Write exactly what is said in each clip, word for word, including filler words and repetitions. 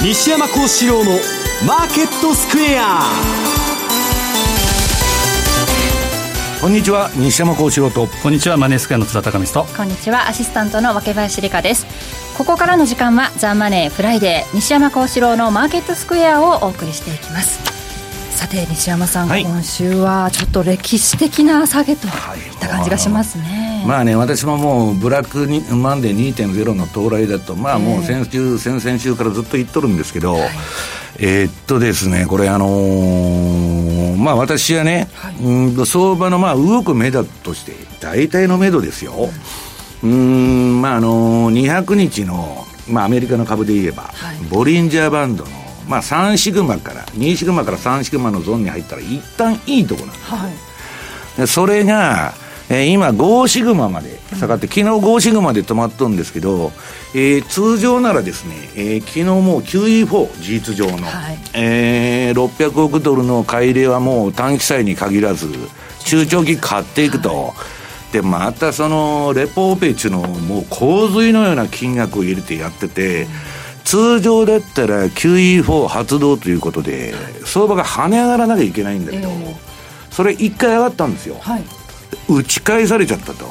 西山幸四郎のマーケットスクエア。 こんにちは、西山幸四郎と。 こんにちは、マネースクエアの津田貴美と。 こんにちは、アシスタントの若林理香です。ここからの時間はザ・マネーフライデー、西山幸四郎のマーケットスクエアをお送りしていきます。さて西山さん、はい、今週はちょっと歴史的な下げといった感じがしますね。 はい、まあね、私ももうブラックマンデー にてんゼロ の到来だと、まあもう先週、先々週からずっと言っとるんですけど、はい、えー、っとですね、これあのー、まあ私はね、はい、うん相場のまあ動く目処として大体の目処ですよ。うん、うーんまああのー、にひゃくにちの、まあ、アメリカの株で言えば、はい、ボリンジャーバンドのまあ、さんシグマからにシグマからさんシグマのゾーンに入ったら一旦いいところなんです、はい、でそれが、えー、今ごシグマまで下がって、うん、昨日ごシグマで止まっとるんですけど、えー、通常ならですね、えー、昨日もう キューイーフォー 事実上の、はい、えー、ろっぴゃくおくドルの買い入れはもう短期債に限らず中長期買っていくと、はい、でまたそのレポーペチュのもう洪水のような金額を入れてやってて、うん、通常だったら キューイーフォー 発動ということで相場が跳ね上がらなきゃいけないんだけど、えー、それいっかい上がったんですよ、はい、打ち返されちゃったと、うん、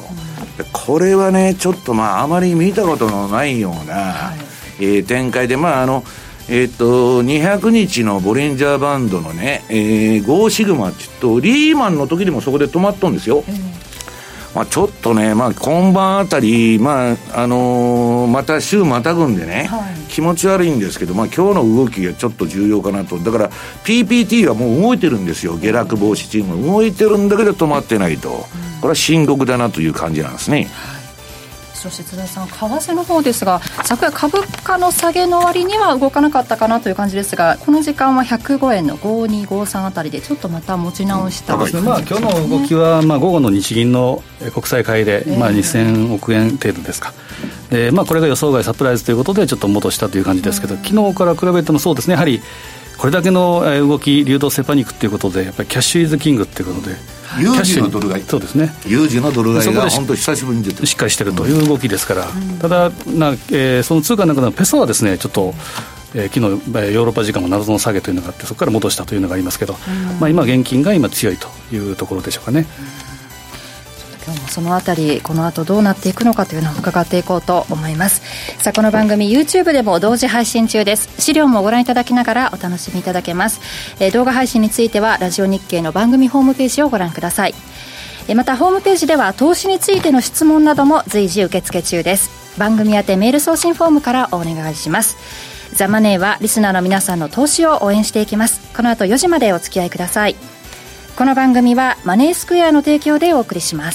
これはねちょっとまああまり見たことのないような、はい、えー、展開で、まああのえー、っとにひゃくにちのボリンジャーバンドのね、えー、ごシグマちょっとリーマンの時でもそこで止まったんですよ、えーまあ、ちょっとね、まあ、今晩あたり、まああのー、また週またぐんでね、はい、気持ち悪いんですけど、まあ、今日の動きがちょっと重要かなと。だから ピーピーティー はもう動いてるんですよ。下落防止チーム動いてるんだけど止まってないと、うん、これは深刻だなという感じなんですね。はい、 そして津田さん、為替の方ですが、昨夜株価の下げの割には動かなかったかなという感じですが、この時間はひゃくごえんのごにごさんあたりでちょっとまた持ち直した感じですね。 まあ、今日の動きは、まあ、午後の日銀の国債買いで、まあ、にせんおくえん程度ですか。で、まあ、これが予想外サプライズということでちょっと戻したという感じですけど、昨日から比べてもそうですね、やはりこれだけの動き、流動性パニックということで、やっぱりキャッシュイズキングということで、 有事のドル買い、 そうですね、 有事のドル買いが本当に久しぶりに出てる、 しっかりしているという動きですから、うん、ただな、えー、その通貨の中のペソはですね、ちょっと、えー、昨日ヨーロッパ時間も謎の下げというのがあって、そこから戻したというのがありますけど、うん、まあ、今現金が今強いというところでしょうかね。 今日もそのあたり、この後どうなっていくのかというのを伺っていこうと思います。さあ、この番組 YouTube でも同時配信中です。資料もご覧いただきながらお楽しみいただけます。えー、動画配信についてはラジオ日経の番組ホームページをご覧ください。えー、またホームページでは投資についての質問なども随時受付中です。番組宛てメール送信フォームからお願いします。ザ・マネーはリスナーの皆さんの投資を応援していきます。この後よじまでお付き合いください。この番組はマネースクエアの提供でお送りします。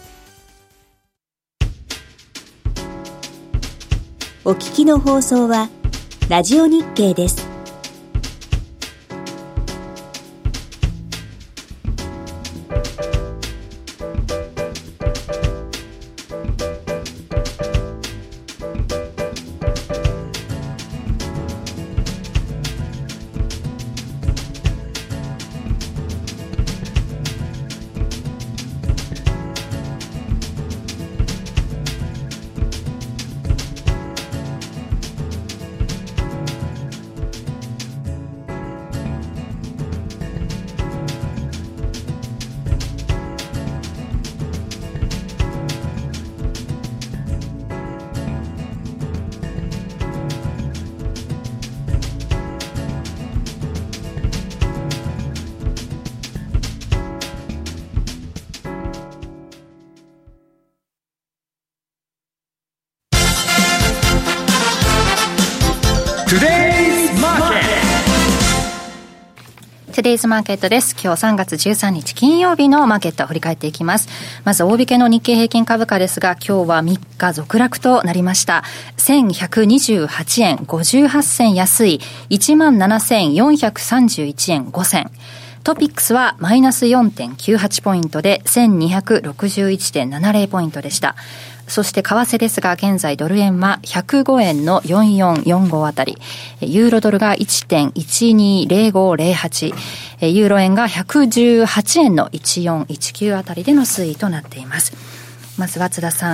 お聞きの放送はラジオ日経です。 トゥデイズマーケットです。今日さんがつじゅうさんにち金曜日のマーケットを振り返っていきます。まず大引けの日経平均株価ですが、今日はみっか続落となりました。せんひゃくにじゅうはちえんごじゅうはっせん安い いちまんななせんよんひゃくさんじゅういちえんごせん。トピックスはマイナス よんてんきゅうはち ポイントで せんにひゃくろくじゅういちてんななゼロ ポイントでした。そして為替ですが、現在ドル円はひゃくごえんのよんじゅうよんよんごあたり、ユーロドルが いちてんいちにゼロごゼロはち、ユーロ円がひゃくじゅうはちえんのいちよんいちきゅうあたりでの推移となっています。まずは津田さん、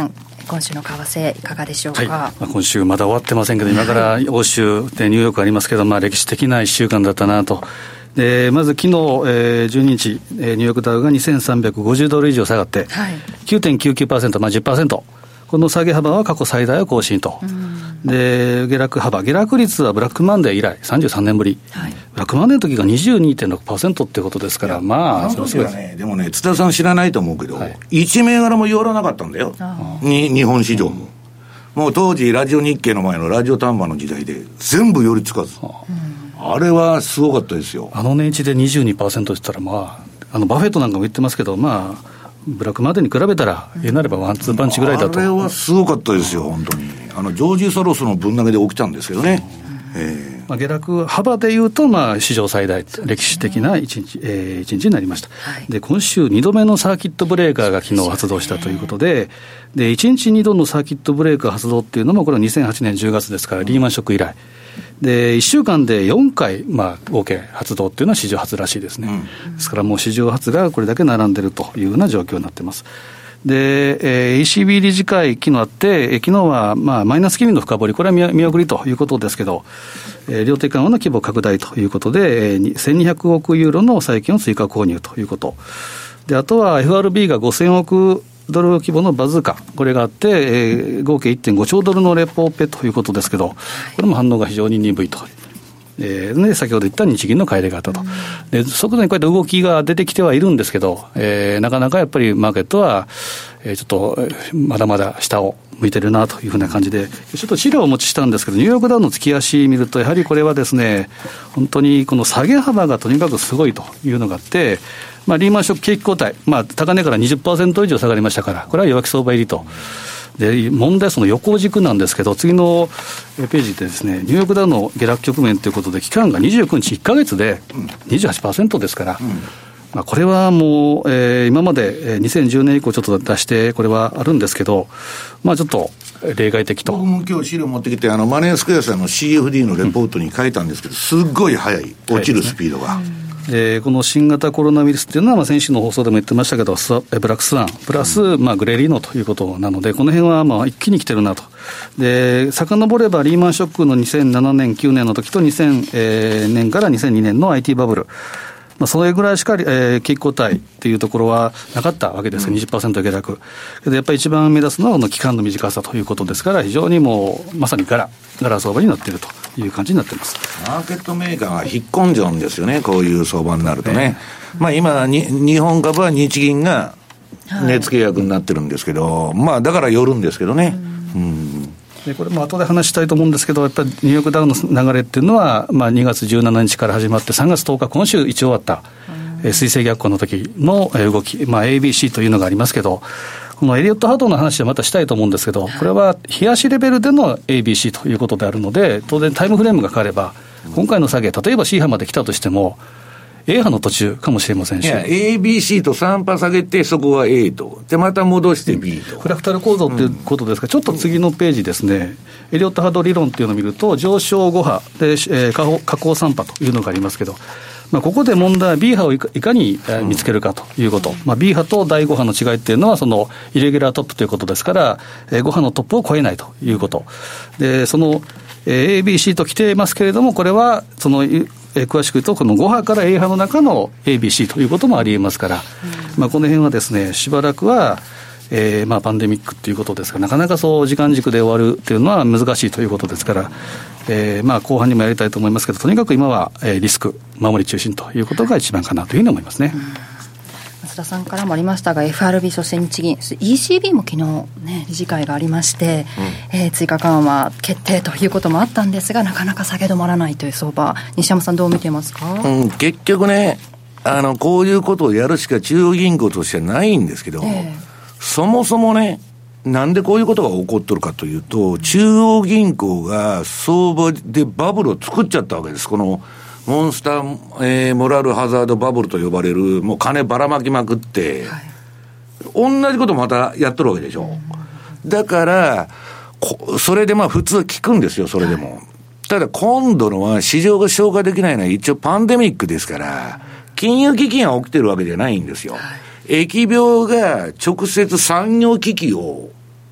今週の為替いかがでしょうか。はい、 まあ、今週まだ終わってませんけど、今から欧州でニューヨークありますけど、まあ、歴史的ないっしゅうかんだったなと。でまず昨日、えー、じゅうににち、えー、ニューヨークダウがにせんさんびゃくごじゅうドル以上下がって、はい、きゅうてんきゅうきゅうパーセント、まあ、じゅっパーセント、この下げ幅は過去最大を更新と。で下落幅、下落率はブラックマンデー以来さんじゅうさんねんぶり、はい、ブラックマンデーの時が にじゅうにてんろくパーセント ってことですから、まあそれすごいですね。 でもね、津田さん知らないと思うけど、はい、いち銘柄も寄らなかったんだよ、に日本市場も、うん、もう当時ラジオ日経の前のラジオ短波の時代で全部寄りつかず、うん、あれはすごかったですよ。 あの値打ちで にじゅうにパーセント って言ったら、まあ、あのバフェットなんかも言ってますけど、まあブラックマンデーに比べたら言うなればワンツーパンチぐらいだと。 あれはすごかったですよ本当に。あのジョージ・ソロスの分投げで起きたんですけどね、えーまあ、下落幅でいうと、まあ、史上最大、歴史的な一日、えー、一日になりました、はい、で今週にどめのサーキットブレーカーが昨日発動したということで、でいちにちにどのサーキットブレーカー発動っていうのもこれはにせんはちねんじゅうがつですから、リーマンショック以来でいっしゅうかんでよんかい、まあ、合計発動っていうのは史上初らしいですね、うん、ですからもう史上初がこれだけ並んでるというような状況になっています。で、えー、イーシービー 理事会昨日あって、えー、昨日はまあマイナス金利の深掘り、これは見送りということですけど、えー、量的緩和の規模拡大ということで、えー、せんにひゃくおくユーロの債券を追加購入ということで、あとは エフアールビー がごせんおくドル規模のバズーカ、これがあって、えー、合計 いってんごちょうドルのレポペということですけど、これも反応が非常に鈍いと。えーね、先ほど言った日銀の買い入れがあったと、で速度にこうやって動きが出てきてはいるんですけど、えー、なかなかやっぱりマーケットは、えー、ちょっとまだまだ下を向いてるなというふうな感じで、ちょっと資料をお持ちしたんですけど、ニューヨークダウの月足見ると、やはりこれはですね、本当にこの下げ幅がとにかくすごいというのがあって、まあ、リーマンショック景気後退、まあ、高値から にじゅっパーセント 以上下がりましたから、これは弱気相場入りと。で問題はその横軸なんですけど、次のページでですね、ニューヨークダウの下落局面ということで、期間がにじゅうくにちいっかげつで にじゅうはちパーセント ですから、うん、まあ、これはもう、えー、今までにせんじゅうねん以降ちょっと出してこれはあるんですけど、まあちょっと例外的と。 僕も今日資料持ってきて、あのマネースクエアさんの シーエフディー のレポートに書いたんですけど、すっごい速い、落ちるスピードが、はいですね。 えー、この新型コロナウイルスっていうのは、まあ、先週の放送でも言ってましたけど、スワブラックスワンプラス、まあ、グレリーノということなので、この辺はまあ一気に来てるなと。で遡ればリーマンショックのにせんななねんきゅうねんの時とにせんねんからにせんにねんの アイティー バブル、まあ、それぐらいしか、えー、景気後退っていうところはなかったわけですが、うん、にじゅっパーセント 下落。けどやっぱり一番目立つのはこの期間の短さということですから、非常にもうまさにガラガラ相場になっているという感じになっています。 マーケットメーカーが引っ込んじゃうんですよね、こういう相場になるとね、えーまあ、今に日本株は日銀が値付け役になってるんですけど、はい、まあだから寄るんですけどね、うん、うんでこれも後で話したいと思うんですけど、やっぱりニューヨークダウの流れっていうのは、まあ、にがつじゅうしちにちから始まってさんがつとおか、今週一応終わった、えー、水星逆行の時の動き、まあ、エービーシー というのがありますけど、このエリオット波動の話はまたしたいと思うんですけど、これは冷やしレベルでの エービーシー ということであるので、当然タイムフレームが変われば、今回の下げ、例えば C 波まで来たとしてもA 波の途中かもしれませんし、いやエービーシー とさん波下げて、そこは A とでまた戻して B と、 フラクタル構造ということですが、うん、ちょっと次のページですね、エリオット波動理論というのを見ると、上昇ご波で、えー、下降さん波というのがありますけど、まあ、ここで問題は B 波をいか、いかに見つけるかということ、うん、まあ、B 波とだいご波の違いっていうのは、そのイレギュラートップということですから、えー、ご波のトップを超えないということで、その、えー、エービーシー と来ていますけれども、これはそのえー、詳しく言うとこのご波から A 波の中の エービーシー ということもありえますから、うんまあ、この辺はですね、しばらくは、えーまあ、パンデミックということですから、なかなかそう時間軸で終わるというのは難しいということですから、えーまあ、後半にもやりたいと思いますけど、とにかく今は、えー、リスク守り中心ということが一番かなというふうに思いますね。うん、 増田さんからもありましたが、 エフアールビー そして日銀、イーシービー も昨日、ね、理事会がありまして、うんえー、追加緩和決定ということもあったんですが、なかなか下げ止まらないという相場、西山さんどう見てますか？ うん、結局ね、あのこういうことをやるしか中央銀行としてはないんですけど、えー、そもそもね、なんでこういうことが起こってるかというと、中央銀行が相場でバブルを作っちゃったわけです。このモンスター、えー、モラルハザードバブルと呼ばれる、もう金ばらまきまくって、はい、同じことまたやっとるわけでしょ、うん、だからそれでまあ普通は効くんですよ、それでも、はい、ただ今度のは市場が消化できないのは一応パンデミックですから、金融危機が起きてるわけじゃないんですよ、はい、疫病が直接産業危機を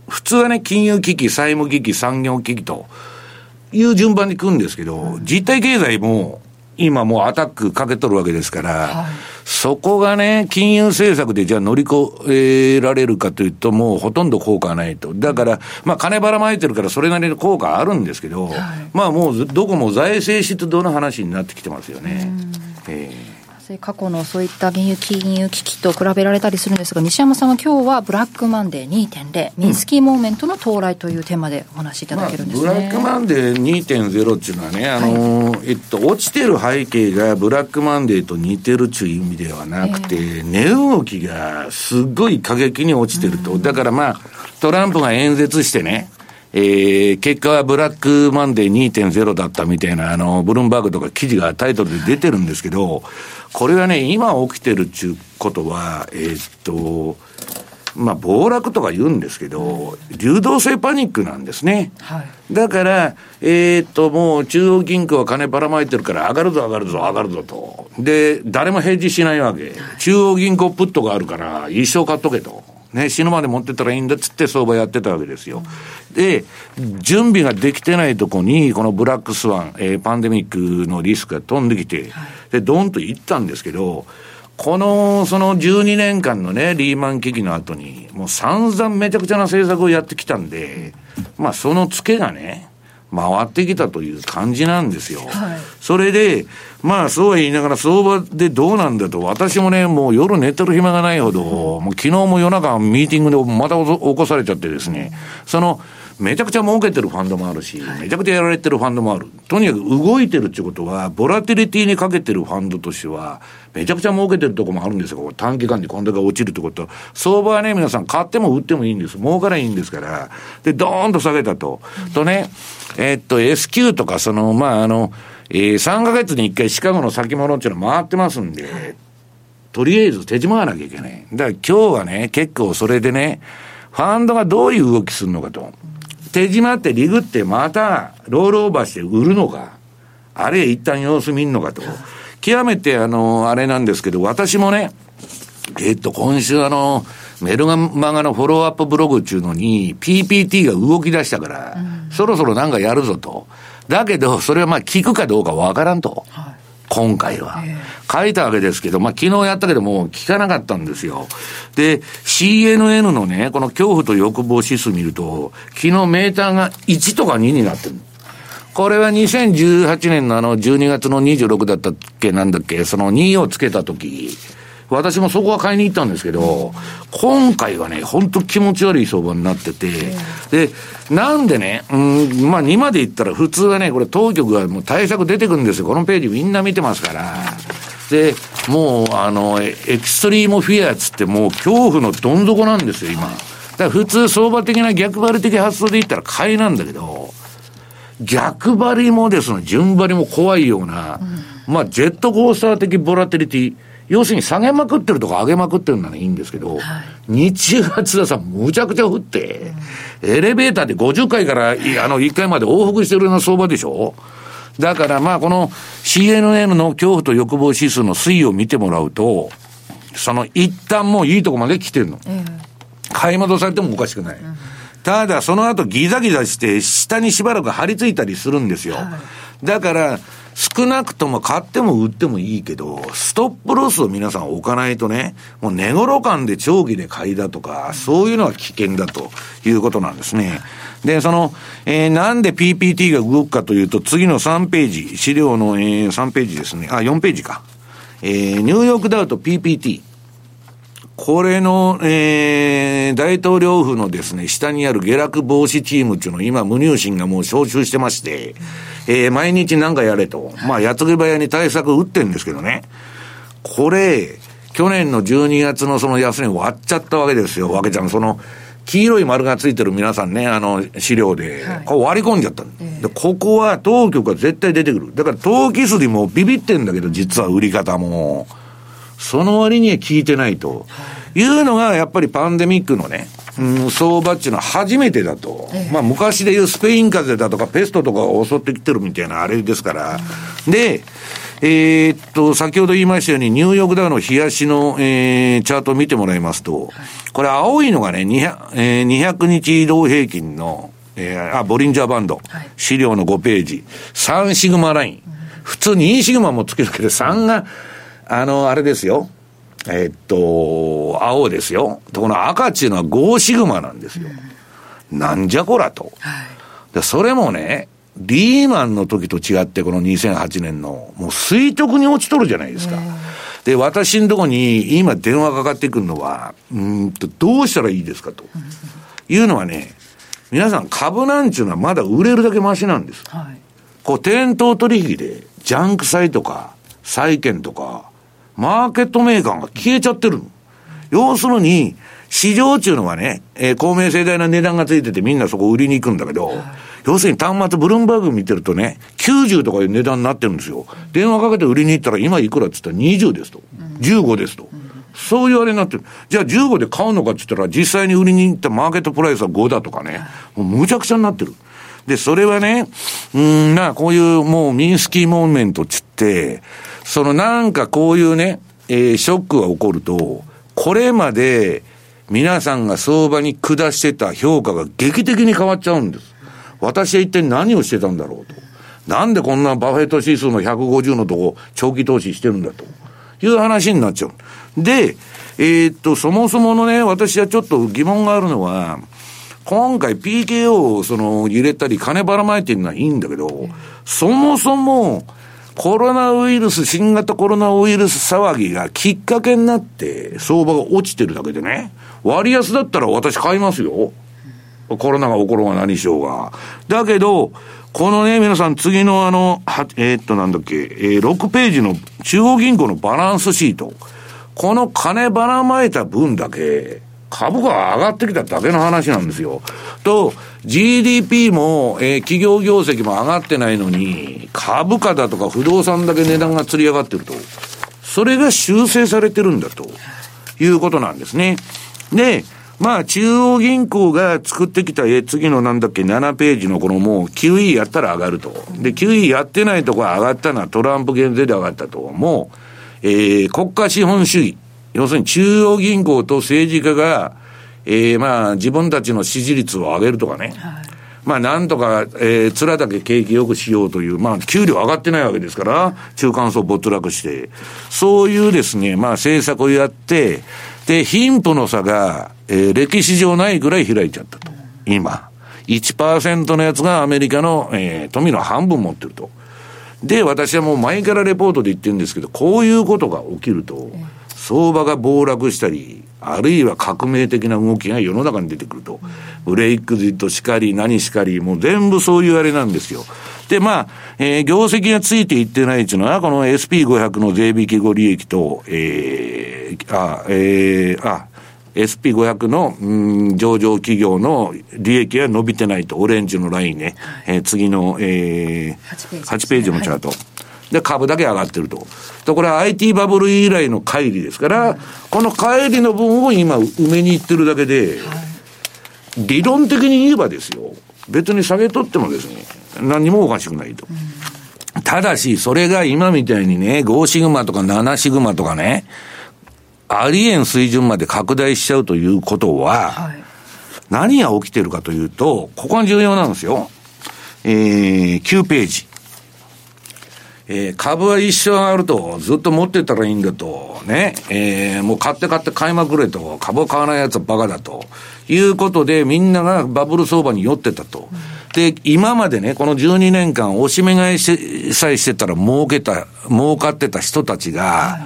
普通はね、金融危機、債務危機、産業危機という順番に来るんですけど、実体経済も今もうアタックかけとるわけですから、はい、そこがね、金融政策でじゃあ乗り越えられるかというと、もうほとんど効果はないと。だから、まあ金ばらまいてるからそれなりの効果あるんですけど、はい、まあもうどこも財政出動の話になってきてますよね。えー過去のそういった原油金融危機と比べられたりするんですが、西山さんは今日はブラックマンデー にてんゼロ、ミンスキーモーメントの到来というテーマでお話しいただけるんですね。 まあ、ブラックマンデー にてんゼロ っていうのはね、あのーはい、えっと、落ちてる背景がブラックマンデーと似てるという意味ではなくて、えー、値動きがすごい過激に落ちてると。だからまあ、トランプが演説してね、えー、結果はブラックマンデー にてんゼロ だったみたいな、あの、ブルームバーグとか記事がタイトルで出てるんですけど、これはね、今起きてるっていうことは、えー、っと、まあ、暴落とか言うんですけど、流動性パニックなんですね。はい、だから、えー、っと、もう中央銀行は金ばらまいてるから上がるぞ上がるぞ上がるぞと。で、誰もヘッジしないわけ。中央銀行プットがあるから一生買っとけと。ね、死ぬまで持ってったらいいんだっつって相場やってたわけですよ。で、準備ができてないとこに、このブラックスワン、えー、パンデミックのリスクが飛んできて、で、ドンといったんですけど、この、そのじゅうにねんかんのね、リーマン危機の後に、もう散々めちゃくちゃな政策をやってきたんで、まあそのツケがね、回ってきたという感じなんですよ。はい、それで、まあそうは言いながら相場でどうなんだと、私もね、もう夜寝てる暇がないほど、もう昨日も夜中ミーティングでまた起こされちゃってですね、その、めちゃくちゃ儲けてるファンドもあるし、めちゃくちゃやられてるファンドもある。とにかく動いてるってことは、ボラティリティにかけてるファンドとしては、めちゃくちゃ儲けてるとこもあるんですよ。短期間にこんだけ落ちるってことは。相場はね、皆さん買っても売ってもいいんです。儲からいいんですから。で、ドーンと下げたと。うん、とね、えー、っと、エスキュー とか、その、まあ、あの、えー、さんかげつにいっかいシカゴの先物っていうの回ってますんで、とりあえず手締まわなきゃいけない。だから今日はね、結構それでね、ファンドがどういう動きするのかと。手締まってリグってまたロールオーバーして売るのか、あれ一旦様子見んのかと。極めてあの、あれなんですけど、私もね、えっと、今週あの、メルマガのフォローアップブログっていうのに ピーピーティー が動き出したから、うん、そろそろなんかやるぞと。だけど、それはまあ聞くかどうかわからんと。はい、今回は。書いたわけですけど、まあ昨日やったけどもう聞かなかったんですよ。で、シーエヌエヌ のね、この恐怖と欲望指数見ると、昨日メーターがいちとかにになってる。これはにせんじゅうはちねんのあのじゅうにがつのにじゅうろくだったっけなんだっけ、そのにをつけたとき、私もそこは買いに行ったんですけど、今回はね、ほんと気持ち悪い相場になってて、で、なんでね、うん、まあにまで言ったら普通はね、これ当局がもう対策出てくるんですよ。このページみんな見てますから。で、もう、あの、エクストリームフィアつってもう恐怖のどん底なんですよ、今。だから普通相場的な逆張り的発想で言ったら買いなんだけど、逆張りもですね、順張りも怖いような、うん、まあジェットコースター的ボラティリティ、要するに下げまくってるとか上げまくってるならいいんですけど、はい、日がつださ、むちゃくちゃ降って、うん、エレベーターでごじゅっかいからあのいっかいまで往復してるような相場でしょ。だからまあこの シーエヌエヌ の恐怖と欲望指数の推移を見てもらうと、その一旦もういいとこまで来てるの。うん、買い戻されてもおかしくない。うん、ただその後ギザギザして下にしばらく張り付いたりするんですよ。はい、だから、少なくとも買っても売ってもいいけど、ストップロスを皆さん置かないとね、もう値頃感で長期で買いだとか、そういうのは危険だということなんですね。で、その、えー、なんで ピーピーティー が動くかというと、次のさんページ、資料の、えー、さんページですね。あ、よんページか。えー、ニューヨークダウと ピーピーティー。これの、えー、大統領府のですね、下にある下落防止チームっていうのを今、無入信がもう招集してまして、えー、毎日なんかやれと。まあ、矢継ぎ早に対策打ってんですけどね。これ、去年のじゅうにがつのその安値割っちゃったわけですよ、わけちゃん。その、黄色い丸がついてる皆さんね、あの、資料で、はい、こう割り込んじゃった、えー、で。ここは当局が絶対出てくる。だから、投機筋もビビってんだけど、実は売り方も。その割には効いてないと。いうのが、やっぱりパンデミックのね、うん、相場っていうのは初めてだと。ええ、まあ昔でいうスペイン風邪だとかペストとかが襲ってきてるみたいなあれですから。うん、で、 えー、っと、先ほど言いましたように、ニューヨークダウの冷やしの、えー、チャートを見てもらいますと、これ青いのがね、にひゃく、えー、にひゃくにち移動平均の、えー、あ、ボリンジャーバンド、はい、資料のごページ、さんシグマライン。うん、普通にシグマもつけるけど、さんが、あの、あれですよ。えー、っと、青ですよ。とこの赤っていうのはごシグマなんですよ。うん、なんじゃこらと。はい、でそれもね、リーマンの時と違って、このにせんはちねんの、もう垂直に落ちとるじゃないですか。で、私のとこに今電話かかってくるのは、うんと、どうしたらいいですかと。いうのはね、皆さん株なんちゅうのはまだ売れるだけマシなんです。はい、こう、店頭取引で、ジャンク債とか、債券とか、マーケットメーカーが消えちゃってるの。要するに、市場中のはね、えー、公明正大な値段がついててみんなそこ売りに行くんだけど、はい、要するに端末ブルームバーグ見てるとね、きゅうじゅうとかいう値段になってるんですよ。電話かけて売りに行ったら今いくらって言ったらにじゅうですと。じゅうごですと。そういうあれになってる。じゃあじゅうごで買うのかって言ったら実際に売りに行ったマーケットプライスはごだとかね。もうむちゃくちゃになってる。で、それはね、うーんな、こういうもうミンスキーモーメントっつって、そのなんかこういうね、えー、ショックが起こると、これまで皆さんが相場に下してた評価が劇的に変わっちゃうんです。私は一体何をしてたんだろうと。なんでこんなバフェット指数のひゃくごじゅうのとこ長期投資してるんだという話になっちゃう。で、えー、っと、そもそものね、私はちょっと疑問があるのは、今回 ピーケーオー をその入れたり金ばらまいてるのはいいんだけど、そもそもコロナウイルス、新型コロナウイルス騒ぎがきっかけになって相場が落ちてるだけでね、割安だったら私買いますよ。コロナが起ころうが何しようが。だけど、このね、皆さん次のあの、はえー、っとなんだっけ、えー、ろくページの中央銀行のバランスシート。この金ばらまいた分だけ、株価が上がってきただけの話なんですよ。と、ジーディーピー も、えー、企業業績も上がってないのに、株価だとか不動産だけ値段がつり上がってると。それが修正されてるんだということなんですね。で、まあ中央銀行が作ってきた、えー、次のなんだっけ、ななページのこのもう キューイー やったら上がると。で、キューイー やってないとこが上がったのはトランプ減税で上がったと。もう、えー、国家資本主義。要するに中央銀行と政治家が、えー、まあ自分たちの支持率を上げるとかね。はい、まあなんとか、えー、面だけ景気よくしようという、まあ給料上がってないわけですから、中間層没落して、そういうですね、まあ政策をやって、で、貧富の差が、えー、歴史上ないぐらい開いちゃったと。今。いちパーセント のやつがアメリカの、えー、富の半分持ってると。で、私はもう前からレポートで言ってるんですけど、こういうことが起きると、相場が暴落したり、あるいは革命的な動きが世の中に出てくると。ブレイクジットしかり、何しかり、もう全部そういうあれなんですよ。で、まあ、えー、業績がついていってないっていうのは、この エスピーごひゃく の税引き後利益と、えー、あ、えー、あ、エスピーごひゃく の、うん、上場企業の利益が伸びてないと、オレンジのラインね、えー、次の、えー、はちページのチャート。はい、で、株だけ上がってると。で、これは アイティー バブル以来の乖離ですから、はい、この乖離の分を今埋めに行ってるだけで、はい、理論的に言えばですよ、別に下げ取ってもですね、何もおかしくないと。うん、ただし、それが今みたいにね、ごシグマとかななシグマとかね、ありえん水準まで拡大しちゃうということは、はい、何が起きてるかというと、ここが重要なんですよ。えー、きゅうページ。えー、株は一生上がると、ずっと持ってたらいいんだと、ね、えー、もう買って買って買いまくれと、株を買わないやつはバカだと、いうことで、みんながバブル相場に寄ってたと。うん、で、今までね、このじゅうにねんかん、おしめ買いしさえしてたら儲けた、儲かってた人たちが、はい、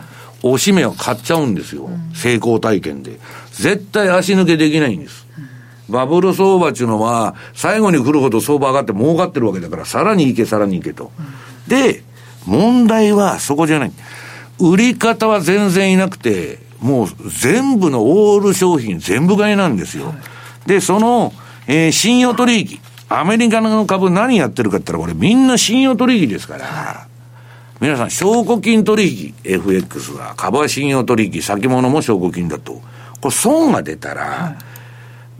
おしめを買っちゃうんですよ。うん、成功体験で。絶対足抜けできないんです。うん、バブル相場っていうのは、最後に来るほど相場上がって儲かってるわけだから、さらに行け、さらに行けと。うん、で、問題はそこじゃない。売り方は全然いなくて、もう全部のオール商品全部買いなんですよ。はい、で、その、えー、信用取引。アメリカの株何やってるかって言ったら、これみんな信用取引ですから。皆さん、証拠金取引、エフエックス は、株は信用取引、先物も証拠金だと。これ損が出たら、はい、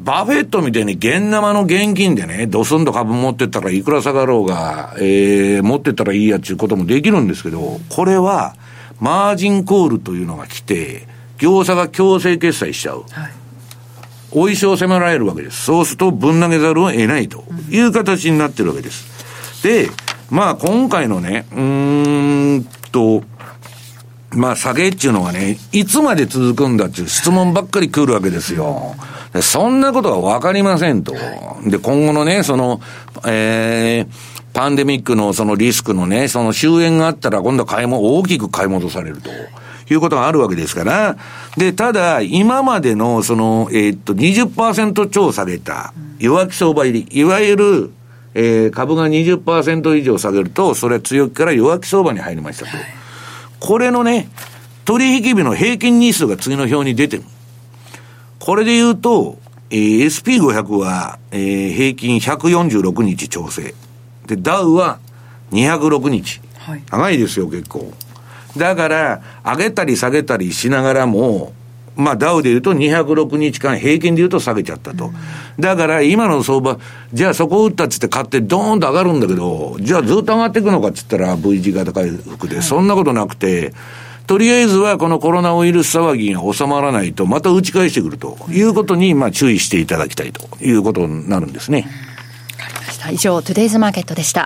バフェットみたいに現生の現金でね、ドスンと株持ってったらいくら下がろうが、えー、持ってったらいいやっていうこともできるんですけど、これはマージンコールというのが来て、業者が強制決済しちゃう。はい、お衣装を迫られるわけです。そうするとぶん投げざるを得ないという形になってるわけです。で、まあ今回のね、うーんと、まあ下げっていうのはね、いつまで続くんだっていう質問ばっかり来るわけですよ。でそんなことはわかりませんと。で、今後のね、その、えー、パンデミックのそのリスクのね、その終焉があったら今度は買いも大きく買い戻されるということがあるわけですから。で、ただ、今までのその、えー、っと、にじゅっパーセント 超下げた弱気相場入り、いわゆる、えー、株が にじゅっパーセント 以上下げると、それは強気から弱気相場に入りましたと。これのね、取引日の平均日数が次の表に出てる。これで言うと、えー、エスピーごひゃく は、えー、平均ひゃくよんじゅうろくにち調整。で、ダウはにひゃくろくにち。はい、長いですよ、結構。だから、上げたり下げたりしながらも、まあ、ダウで言うとにひゃくろくにちかん、平均で言うと下げちゃったと。うん、だから、今の相場、じゃあそこを打ったっつって買ってドーンと上がるんだけど、じゃあずっと上がっていくのかっつったら V 字型回復で、はい、そんなことなくて、とりあえずはこのコロナウイルス騒ぎが収まらないと、また打ち返してくるということに、まあ、注意していただきたいということになるんですね。 わかりました。以上、トゥデイズマーケットでした。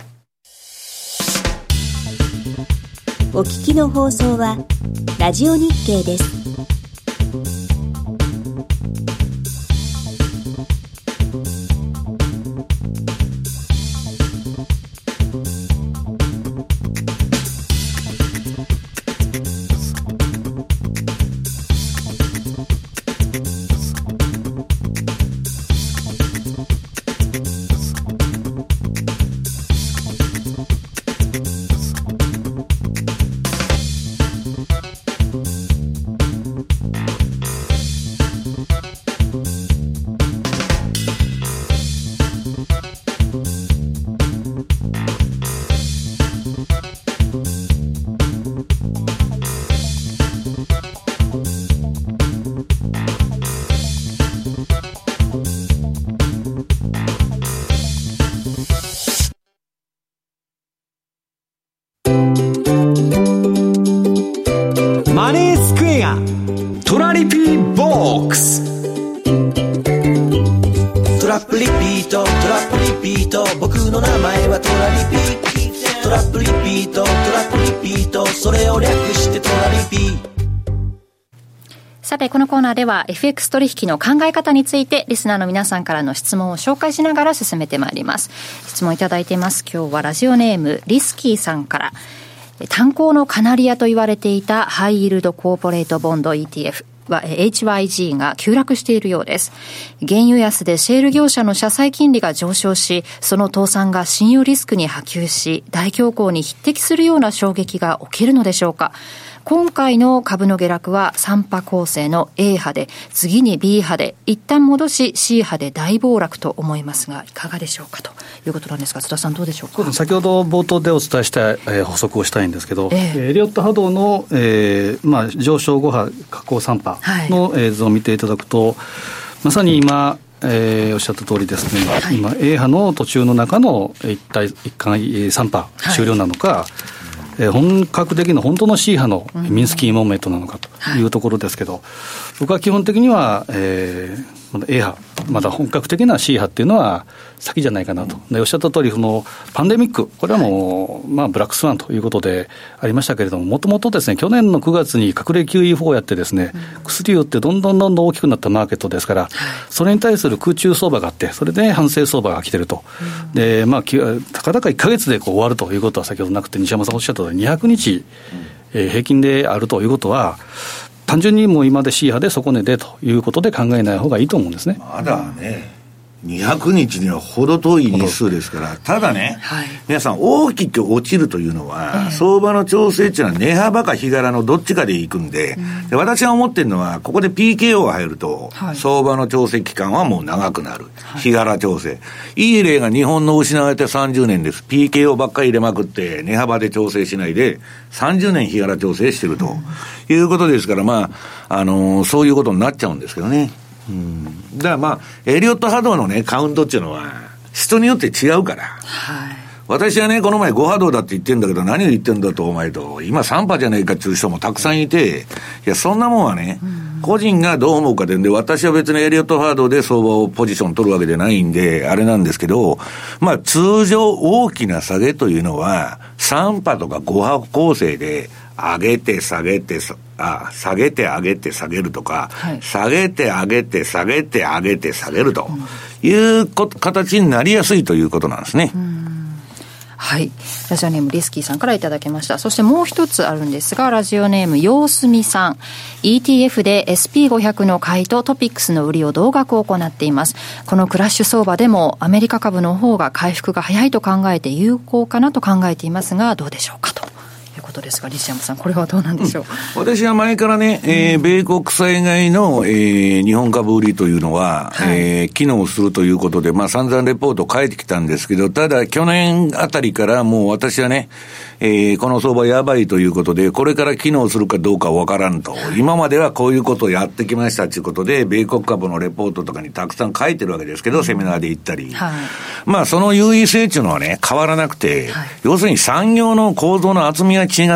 お聞きの放送はラジオ日経です。 さて、このコーナーでは エフエックス 取引の考え方についてリスナーの皆さんからの質問を紹介しながら進めてまいります。質問いただいています。今日はラジオネームリスキーさんから、炭鉱のカナリアと言われていたハイイールドコーポレートボンド イーティーエフは エイチワイジー が急落しているようです。原油安でシェール業者の社債金利が上昇し、その倒産が信用リスクに波及し、大恐慌に匹敵するような衝撃が起きるのでしょうか。今回の株の下落はさん波構成の A 波で、次に B 波で、一旦戻し C 波で大暴落と思いますが、いかがでしょうかということなんですが、津田さんどうでしょうか。 そうです。先ほど冒頭でお伝えした、えー、補足をしたいんですけど、えー、エリオット波動の、えーまあ、上昇ご波、下降さん波の映像を見ていただくと、はい、まさに今、えー、おっしゃった通りですね、はい、今 A 波の途中の中の一体一回さん波終了なのか、はい、えー、本格的な本当の C 波のミンスキーモーメントなのかというところですけど、うん、はい、僕は基本的には、えーまだ A 波、まだ本格的な C 波っていうのは先じゃないかなと。でおっしゃった通り、そのパンデミック、これはもう、はい、まあ、ブラックスワンということでありましたけれども、もともとですね、去年のくがつに隠れ キューイーフォー をやってですね、うん、薬を打ってどんどんどんどん大きくなったマーケットですから、はい、それに対する空中相場があって、それで反省相場が来てると。うん、で、まあ、たかだかいっかげつでこう終わるということは先ほどなくて、西山さんおっしゃった通りにひゃくにち、うん、えー、平均であるということは、単純にもう今まで C 波で底値でということで考えない方がいいと思うんですね。 まだね、にひゃくにちには程遠い日数ですから、ただね、はい、皆さん大きく落ちるというのは、えー、相場の調整っていうのは値幅か日柄のどっちかでいくんで、うん、で私が思ってるのは、ここで ピーケーオー が入ると、はい、相場の調整期間はもう長くなる、はい、日柄調整、いい例が日本の失われてさんじゅうねんです。 ピーケーオー ばっかり入れまくって値幅で調整しないでさんじゅうねん日柄調整してると、うん、いうことですから、まああのー、そういうことになっちゃうんですけどね。 うん。だからまあ、エリオット波動のね、カウントっていうのは、人によって違うから。はい。私はね、この前ご波動だって言ってんだけど、何を言ってんだとお前と、今さん波じゃねえかっていう人もたくさんいて、いや、そんなもんはね、うん、個人がどう思うかで、で、私は別にエリオット波動で相場をポジション取るわけじゃないんで、あれなんですけど、まあ通常大きな下げというのは、さん波とかご波構成で、上げて下げて、あ、下げて上げて下げるとか、はい、下げて上げて下げて上げて下げるというこ形になりやすいということなんですね。うん、 はい。ラジオネームリスキーさんからいただきました。そしてもう一つあるんですが、ラジオネーム様子見さん。イーティーエフ で エスピーごひゃく の買いとトピックスの売りを同額行っています。このクラッシュ相場でもアメリカ株の方が回復が早いと考えて有効かなと考えていますが、どうでしょうかと。いうことですが、西山さん、これはどうなんでしょう。 うん、私は前からね、えー、米国債買の、えー、日本株売りというのは、はい、えー、機能するということで、まあ散々レポート書いてきたんですけど、ただ去年あたりからもう私はね、えー、この相場やばいということで、これから機能するかどうかわからんと、今まではこういうことをやってきましたということで、米国株のレポートとかにたくさん書いてるわけですけど、セミナーで行ったり、はい、まあその優位性というのはね、変わらなくて、はい、要するに産業の構造の厚みが違って、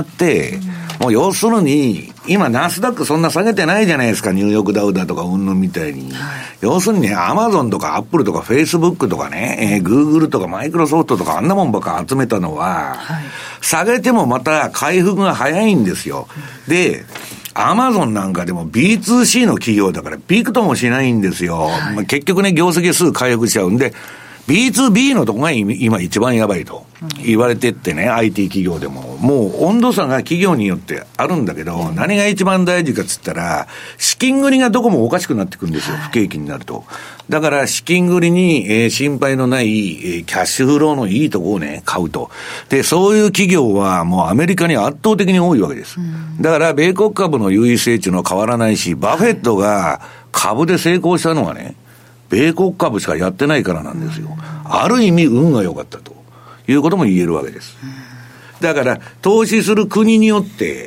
うん、もう要するに今ナスダックそんな下げてないじゃないですか、ニューヨークダウだとかうんぬんみたいに、はい、要するにね、アマゾンとかアップルとかフェイスブックとかね、えー、グーグルとかマイクロソフトとかあんなもんばっか集めたのは、はい、下げてもまた回復が早いんですよ。うん、でアマゾンなんかでも ビーツーシー の企業だからビクともしないんですよ。はい、まあ、結局ね、業績すぐ回復しちゃうんで、ビーツービー のとこが今一番やばいと言われてってね、うん、アイティー 企業でも。もう温度差が企業によってあるんだけど、うん、何が一番大事かっつったら、資金繰りがどこもおかしくなってくるんですよ、不景気になると。だから資金繰りに、えー、心配のない、えー、キャッシュフローのいいとこをね、買うと。で、そういう企業はもうアメリカに圧倒的に多いわけです。うん、だから米国株の優位性っていうのは変わらないし、バフェットが株で成功したのはね、米国株しかやってないからなんですよ。ある意味運が良かったということも言えるわけです。だから投資する国によって、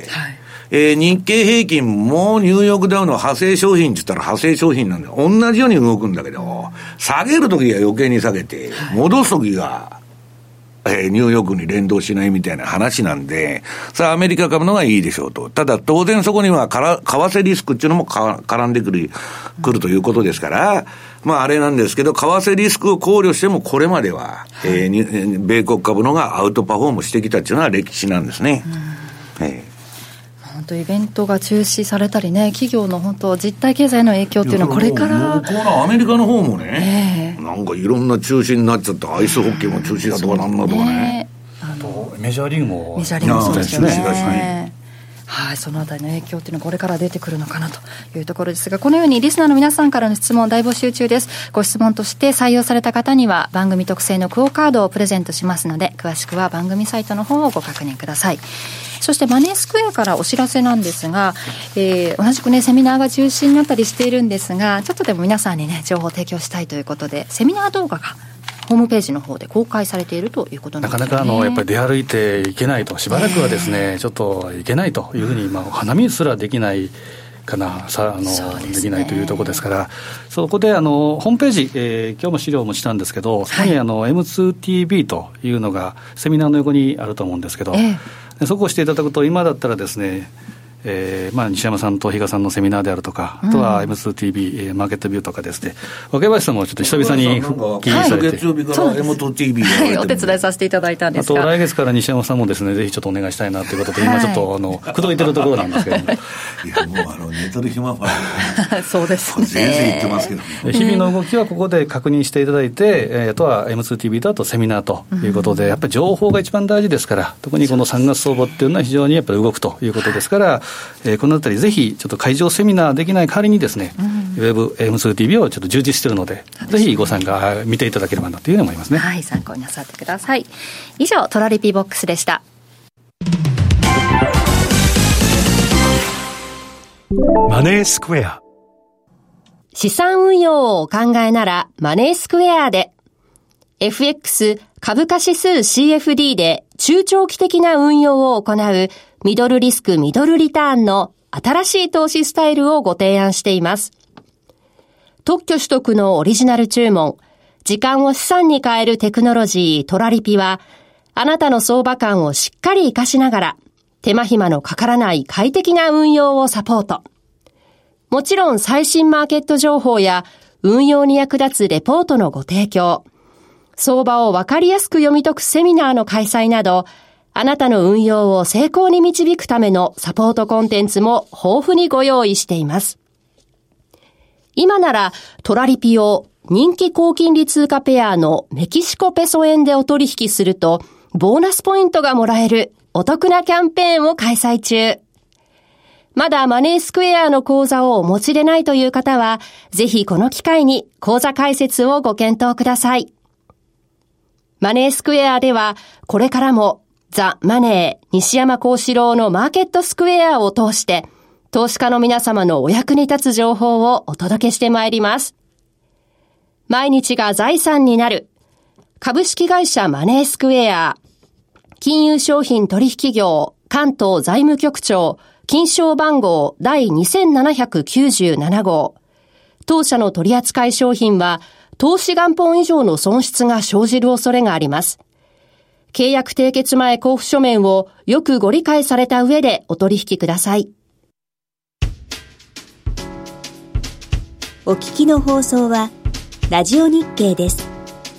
はい、えー、日経平均もニューヨークダウの派生商品って言ったら派生商品なんで同じように動くんだけど、下げるときは余計に下げて、戻すときが、えー、ニューヨークに連動しないみたいな話なんで、さあアメリカ株のがいいでしょうと。ただ当然そこにはから為替リスクっていうのもか絡んでくる、くるということですから、まああれなんですけど、為替リスクを考慮してもこれまでは、えー、米国株のがアウトパフォームしてきたっていうのは歴史なんですね。うん、えー本当イベントが中止されたりね、企業の本当実体経済の影響っていうのはこれから向こうのアメリカの方もね、えー、なんかいろんな中止になっちゃって、アイスホッケーも中止だとかなんだとかね、ね、 あとメジャーリーグもメジャーリーグもそうですよね。はい、そのあたりの影響っていうのはこれから出てくるのかなというところですが、このようにリスナーの皆さんからの質問大募集中です。ご質問として採用された方には番組特製のクオカードをプレゼントしますので、詳しくは番組サイトの方をご確認ください。そしてマネースクエアからお知らせなんですが、えー、同じくねセミナーが中心になったりしているんですが、ちょっとでも皆さんにね情報を提供したいということで、セミナー動画がホームページの方で公開されているということなんですね。 なかなかあのやっぱり出歩いていけないと、しばらくはですね、えー、ちょっといけないというふうに、まあ、花見すらできないかな、さあので、ね、できないというところですから、そこであのホームページ、えー、今日も資料を持ちたんですけど、そこにあの、はい、エムツーティービー というのがセミナーの横にあると思うんですけど、えー、そこをしていただくと、今だったらですね、えーまあ、西山さんと比嘉さんのセミナーであるとか、うん、あとは エムツーティービー、えー、マーケットビューとかですね、若林さんもちょっと久々に復帰されて、 月曜日から エムツーティービーはい、お手伝いさせていただいたんですが、 あと来月から西山さんもですね、ぜひちょっとお願いしたいなということで、はい、今ちょっとあの口説いてるところなんですけど、ね、 いやもうあの寝てる暇はそうですね、 全然言ってますけど、ね、 日々の動きはここで確認していただいて、えー、あとは エムツーティービー とあとセミナーということで、やっぱり情報が一番大事ですから、特にこのさんがつ相場っていうのは非常にやっぱり動くということですから、えー、このあたりぜひちょっと会場セミナーできない代わりにですね、うん、ウェブ エムツーティービー をちょっと充実しているので、ぜひご参加見ていただければなというふうに思いますね。 はい、参考になさってください。以上トラリピボックスでした。 マネースクエア。 資産運用をお考えならマネースクエアで、 エフエックス 株価指数 シーエフディー で中長期的な運用を行うミドルリスクミドルリターンの新しい投資スタイルをご提案しています。 特許取得のオリジナル注文、時間を資産に変えるテクノロジートラリピは、あなたの相場感をしっかり活かしながら、手間暇のかからない快適な運用をサポート。もちろん最新マーケット情報や運用に役立つレポートのご提供、相場をわかりやすく読み解くセミナーの開催など、あなたの運用を成功に導くためのサポートコンテンツも豊富にご用意しています。今ならトラリピを人気高金利通貨ペアのメキシコペソ円でお取引するとボーナスポイントがもらえるお得なキャンペーンを開催中。まだマネースクエアの口座をお持ちでないという方は、ぜひこの機会に口座開設をご検討ください。マネースクエアではこれからもザ・マネー西山幸四郎のマーケットスクエアを通して投資家の皆様のお役に立つ情報をお届けしてまいります。毎日が財産になる株式会社マネースクエア金融商品取引業関東財務局長金賞番号第にせんななひゃくきゅうじゅうなな号。当社の取扱い商品は投資元本以上の損失が生じる恐れがあります。契約締結前交付書面をよくご理解された上でお取引ください。 お聞きの放送はラジオ日経です。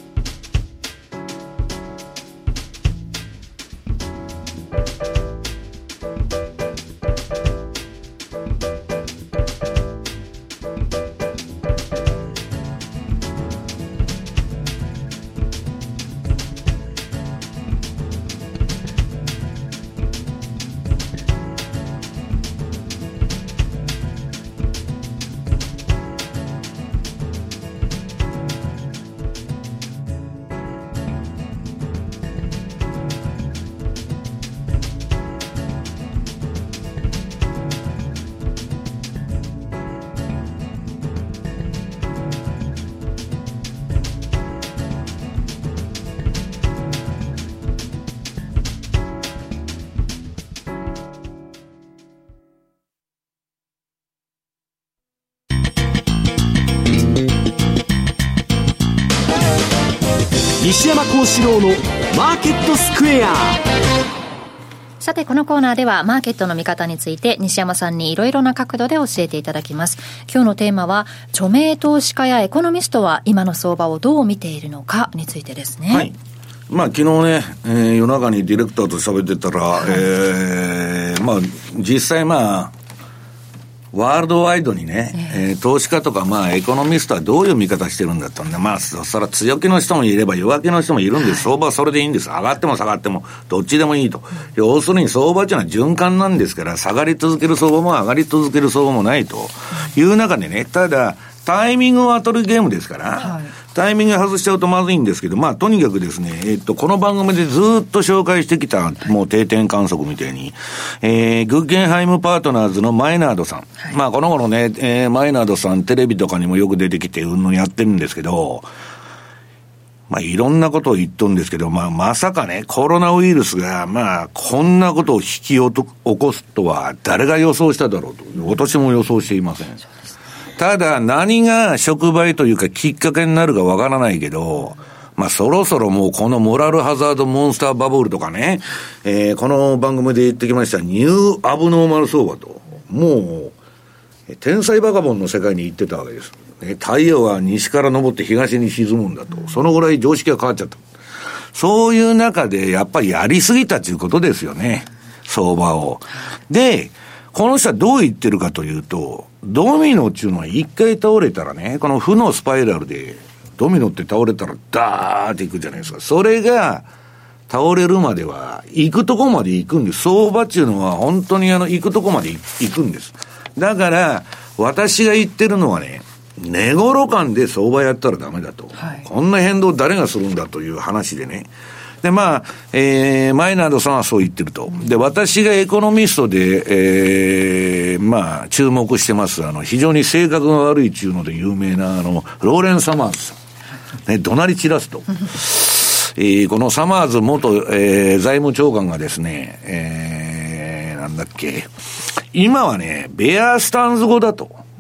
西山幸四郎のマーケットスクエア。 さてこのコーナーではマーケットの見方について西山さんにいろいろな角度で教えていただきます。今日のテーマは著名投資家やエコノミストは今の相場をどう見ているのかについてですね。 はい、まあ昨日ね、えー、夜中にディレクターと喋ってたら、はい、えー、まあ実際まあワールドワイドにね、えー、投資家とかまあエコノミストはどういう見方してるんだったんで、まあそしたら強気の人もいれば弱気の人もいるんです。相場はそれでいいんです。上がっても下がってもどっちでもいいと。要するに相場っていうのは循環なんですから、下がり続ける相場も上がり続ける相場もないという中でね、ただタイミングを当たるゲームですから、はい、タイミング外しちゃうとまずいんですけど、まあとにかくですね、えっとこの番組でずっと紹介してきたもう定点観測みたいに、えー、グッゲンハイムパートナーズのマイナードさん、はい、まあこの頃ね、えー、マイナードさんテレビとかにもよく出てきてうんのやってるんですけど、まあいろんなことを言っとるんですけど、まあまさかねコロナウイルスがまあこんなことを引き起こすとは誰が予想しただろうと、私も予想していません。ただ何が触媒というかきっかけになるかわからないけど、まあそろそろもうこのモラルハザードモンスターバブルとかね、えー、この番組で言ってきましたニューアブノーマル相場と、もう天才バカボンの世界に行ってたわけです。太陽は西から昇って東に沈むんだと、そのぐらい常識が変わっちゃった。そういう中でやっぱりやりすぎたということですよね、相場を。でこの人はどう言ってるかというと、ドミノっていうのは一回倒れたらね、この負のスパイラルでドミノって倒れたらダーっていくじゃないですか。それが倒れるまでは行くとこまで行くんです。相場っていうのは本当にあの行くとこまで行くんです。だから私が言ってるのはね、値頃感で相場やったらダメだと、はい、こんな変動誰がするんだという話でね。でまあ、えー、マイナードさんはそう言ってると。で私がエコノミストで、えー、まあ注目してますあの非常に性格が悪いっていうので有名なあのローレン・サマーズさん、ね、怒鳴り散らすとえー、このサマーズ元、えー、財務長官がですね、えー、なんだっけ今はねベアスタンズ語だと、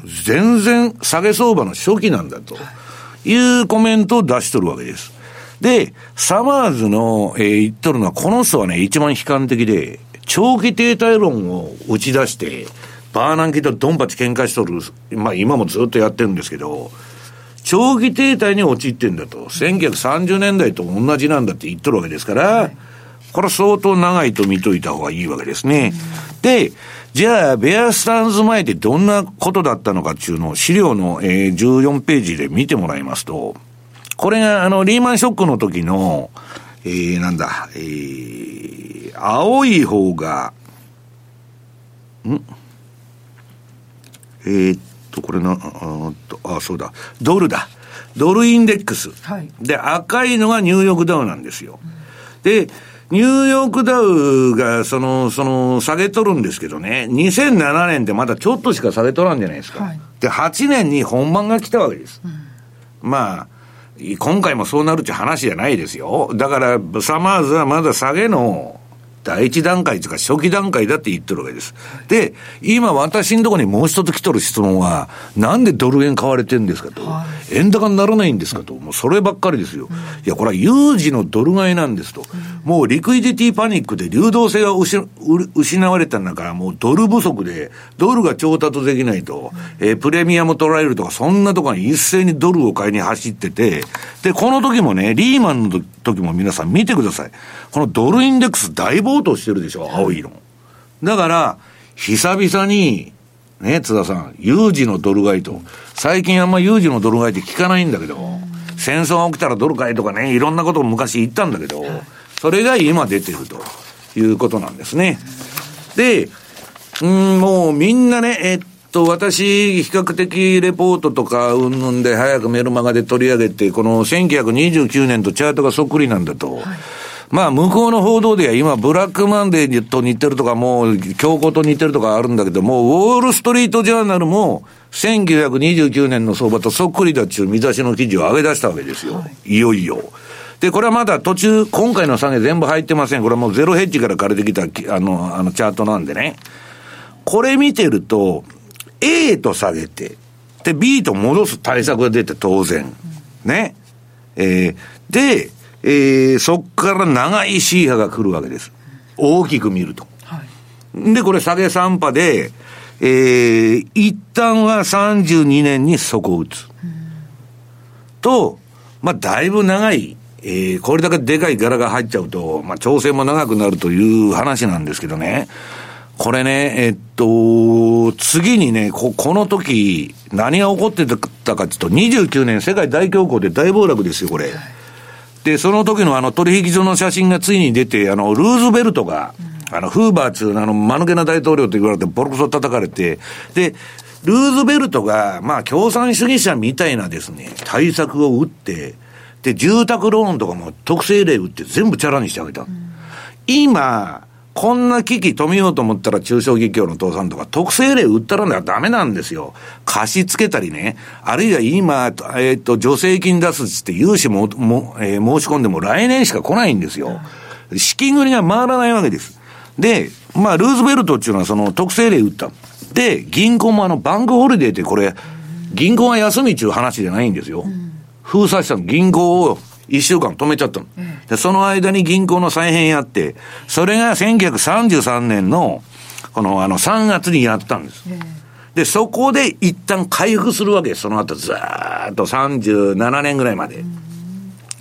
全然下げ相場の初期なんだというコメントを出しとるわけです。で、サマーズの、えー、言っとるのは、この人はね、一番悲観的で、長期停滞論を打ち出して、バーナンキとドンパチ喧嘩しとる、まあ今もずっとやってるんですけど、長期停滞に陥ってんだと。せんきゅうひゃくさんじゅうねんだいと同じなんだって言っとるわけですから、これは相当長いと見といた方がいいわけですね。で、じゃあ、ベアスタンズ前ってどんなことだったのかっていうのを資料の、えー、じゅうよんページで見てもらいますと、これがあのリーマンショックの時の、えー、なんだ、えー、青い方が、んえー、っと、これな、あ, あ、そうだ、ドルだ。ドルインデックス。はい、で、赤いのがニューヨークダウなんですよ。うん、で、ニューヨークダウが、その、その、下げとるんですけどね、にせんななねんってまだちょっとしか下げとらんじゃないですか。はい、で、はちねんに本番が来たわけです。うん、まあ、今回もそうなるって話じゃないですよ。だから、サマーズはまだ下げの第一段階というか初期段階だって言ってるわけです。で、今私のところにもう一つ来とる質問は、なんでドル円買われてるんですかと。はい、円高にならないんですかと。もうそればっかりですよ。うん、いや、これは有事のドル買いなんですと。うん、もうリクイディティパニックで流動性が失われたんだから、もうドル不足で、ドルが調達できないと、うん、えー、プレミアム取られるとか、そんなところに一斉にドルを買いに走ってて、で、この時もね、リーマンの時も皆さん見てください。このドルインデックス大暴騰してるでしょ、青いの。だから、久々に、ね、津田さん、有事のドル買いと。最近あんま有事のドル買いって聞かないんだけど、戦争が起きたらドル買いとかね、いろんなことを昔言ったんだけど、それが今出てるということなんですね。で、うん、もうみんなね、えっと、私、比較的レポートとか、うんぬんで早くメルマガで取り上げて、このせんきゅうひゃくにじゅうきゅうねんとチャートがそっくりなんだと。はい、まあ、向こうの報道では今、ブラックマンデーと似てるとか、もう、強行と似てるとかあるんだけども、ウォールストリートジャーナルも、せんきゅうひゃくにじゅうきゅうねんの相場とそっくりだっていう見出しの記事を上げ出したわけですよ。はい、いよいよ。で、これはまだ途中、今回の下げ全部入ってません。これはもうゼロヘッジから借りてきた、あの、あの、チャートなんでね。これ見てると、A と下げて、で、B と戻す対策が出て当然。ね。えー、で、えー、そっから長い C 波が来るわけです。大きく見ると。はい、で、これ下げさん波で、えー、一旦はさんじゅうにねんに底を打つ。と、まあ、だいぶ長い、えー、これだけでかい柄が入っちゃうと、まあ、調整も長くなるという話なんですけどね。これね、えっと、次にね、こ、この時、何が起こってたかっていうと、にじゅうきゅうねん世界大恐慌で大暴落ですよ、これ。はい、で、その時のあの取引所の写真がついに出て、あの、ルーズベルトが、うん、あの、フーバーっていうあの、間抜けな大統領と言われてボロクソ叩かれて、で、ルーズベルトが、まあ、共産主義者みたいなですね、対策を打って、で、住宅ローンとかも特性例打って全部チャラにしてあげた。うん、今、こんな危機止めようと思ったら中小企業の倒産とか特性例売ったらダメなんですよ。貸し付けたりね。あるいは今、えっと、助成金出すって融資も、も、えー、申し込んでも来年しか来ないんですよ。資金繰りが回らないわけです。で、まあ、ルーズベルトっていうのはその特性例売った。で、銀行もあの、バンクホリデーってこれ、銀行が休みっていう話じゃないんですよ。封鎖したの。銀行を一週間止めちゃったの、うん、でその間に銀行の再編やって、それがせんきゅうひゃくさんじゅうさんねんのこのあのさんがつにやったんです、うん、でそこで一旦回復するわけです。その後ずーっとさんじゅうななねんぐらいまで、うん、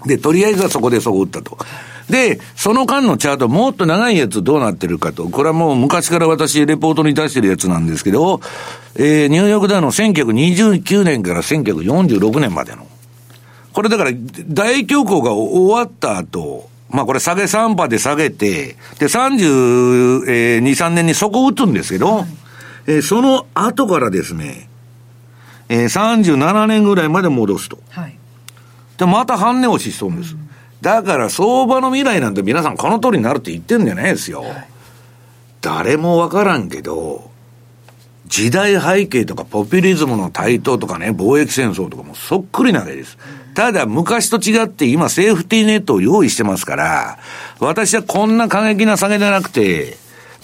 でとりあえずはそこでそこ打ったと。でその間のチャートもっと長いやつどうなってるかと、これはもう昔から私レポートに出してるやつなんですけど、えー、ニューヨークダウのせんきゅうひゃくにじゅうきゅうねんからせんきゅうひゃくよんじゅうろくねんまでのこれだから大恐慌が終わった後、まあこれ下げさん波で下げて、でさんじゅうに、さんねんに底を打つんですけど、はい、えー、その後からですね、えー、さんじゅうななねんぐらいまで戻すと。はい、でまた半値押ししそうです、うん。だから相場の未来なんて皆さんこの通りになるって言ってんじゃないですよ。はい、誰もわからんけど、時代背景とかポピュリズムの台頭とかね、貿易戦争とかもそっくりなわけです。ただ昔と違って今セーフティーネットを用意してますから、私はこんな過激な下げじゃなくて、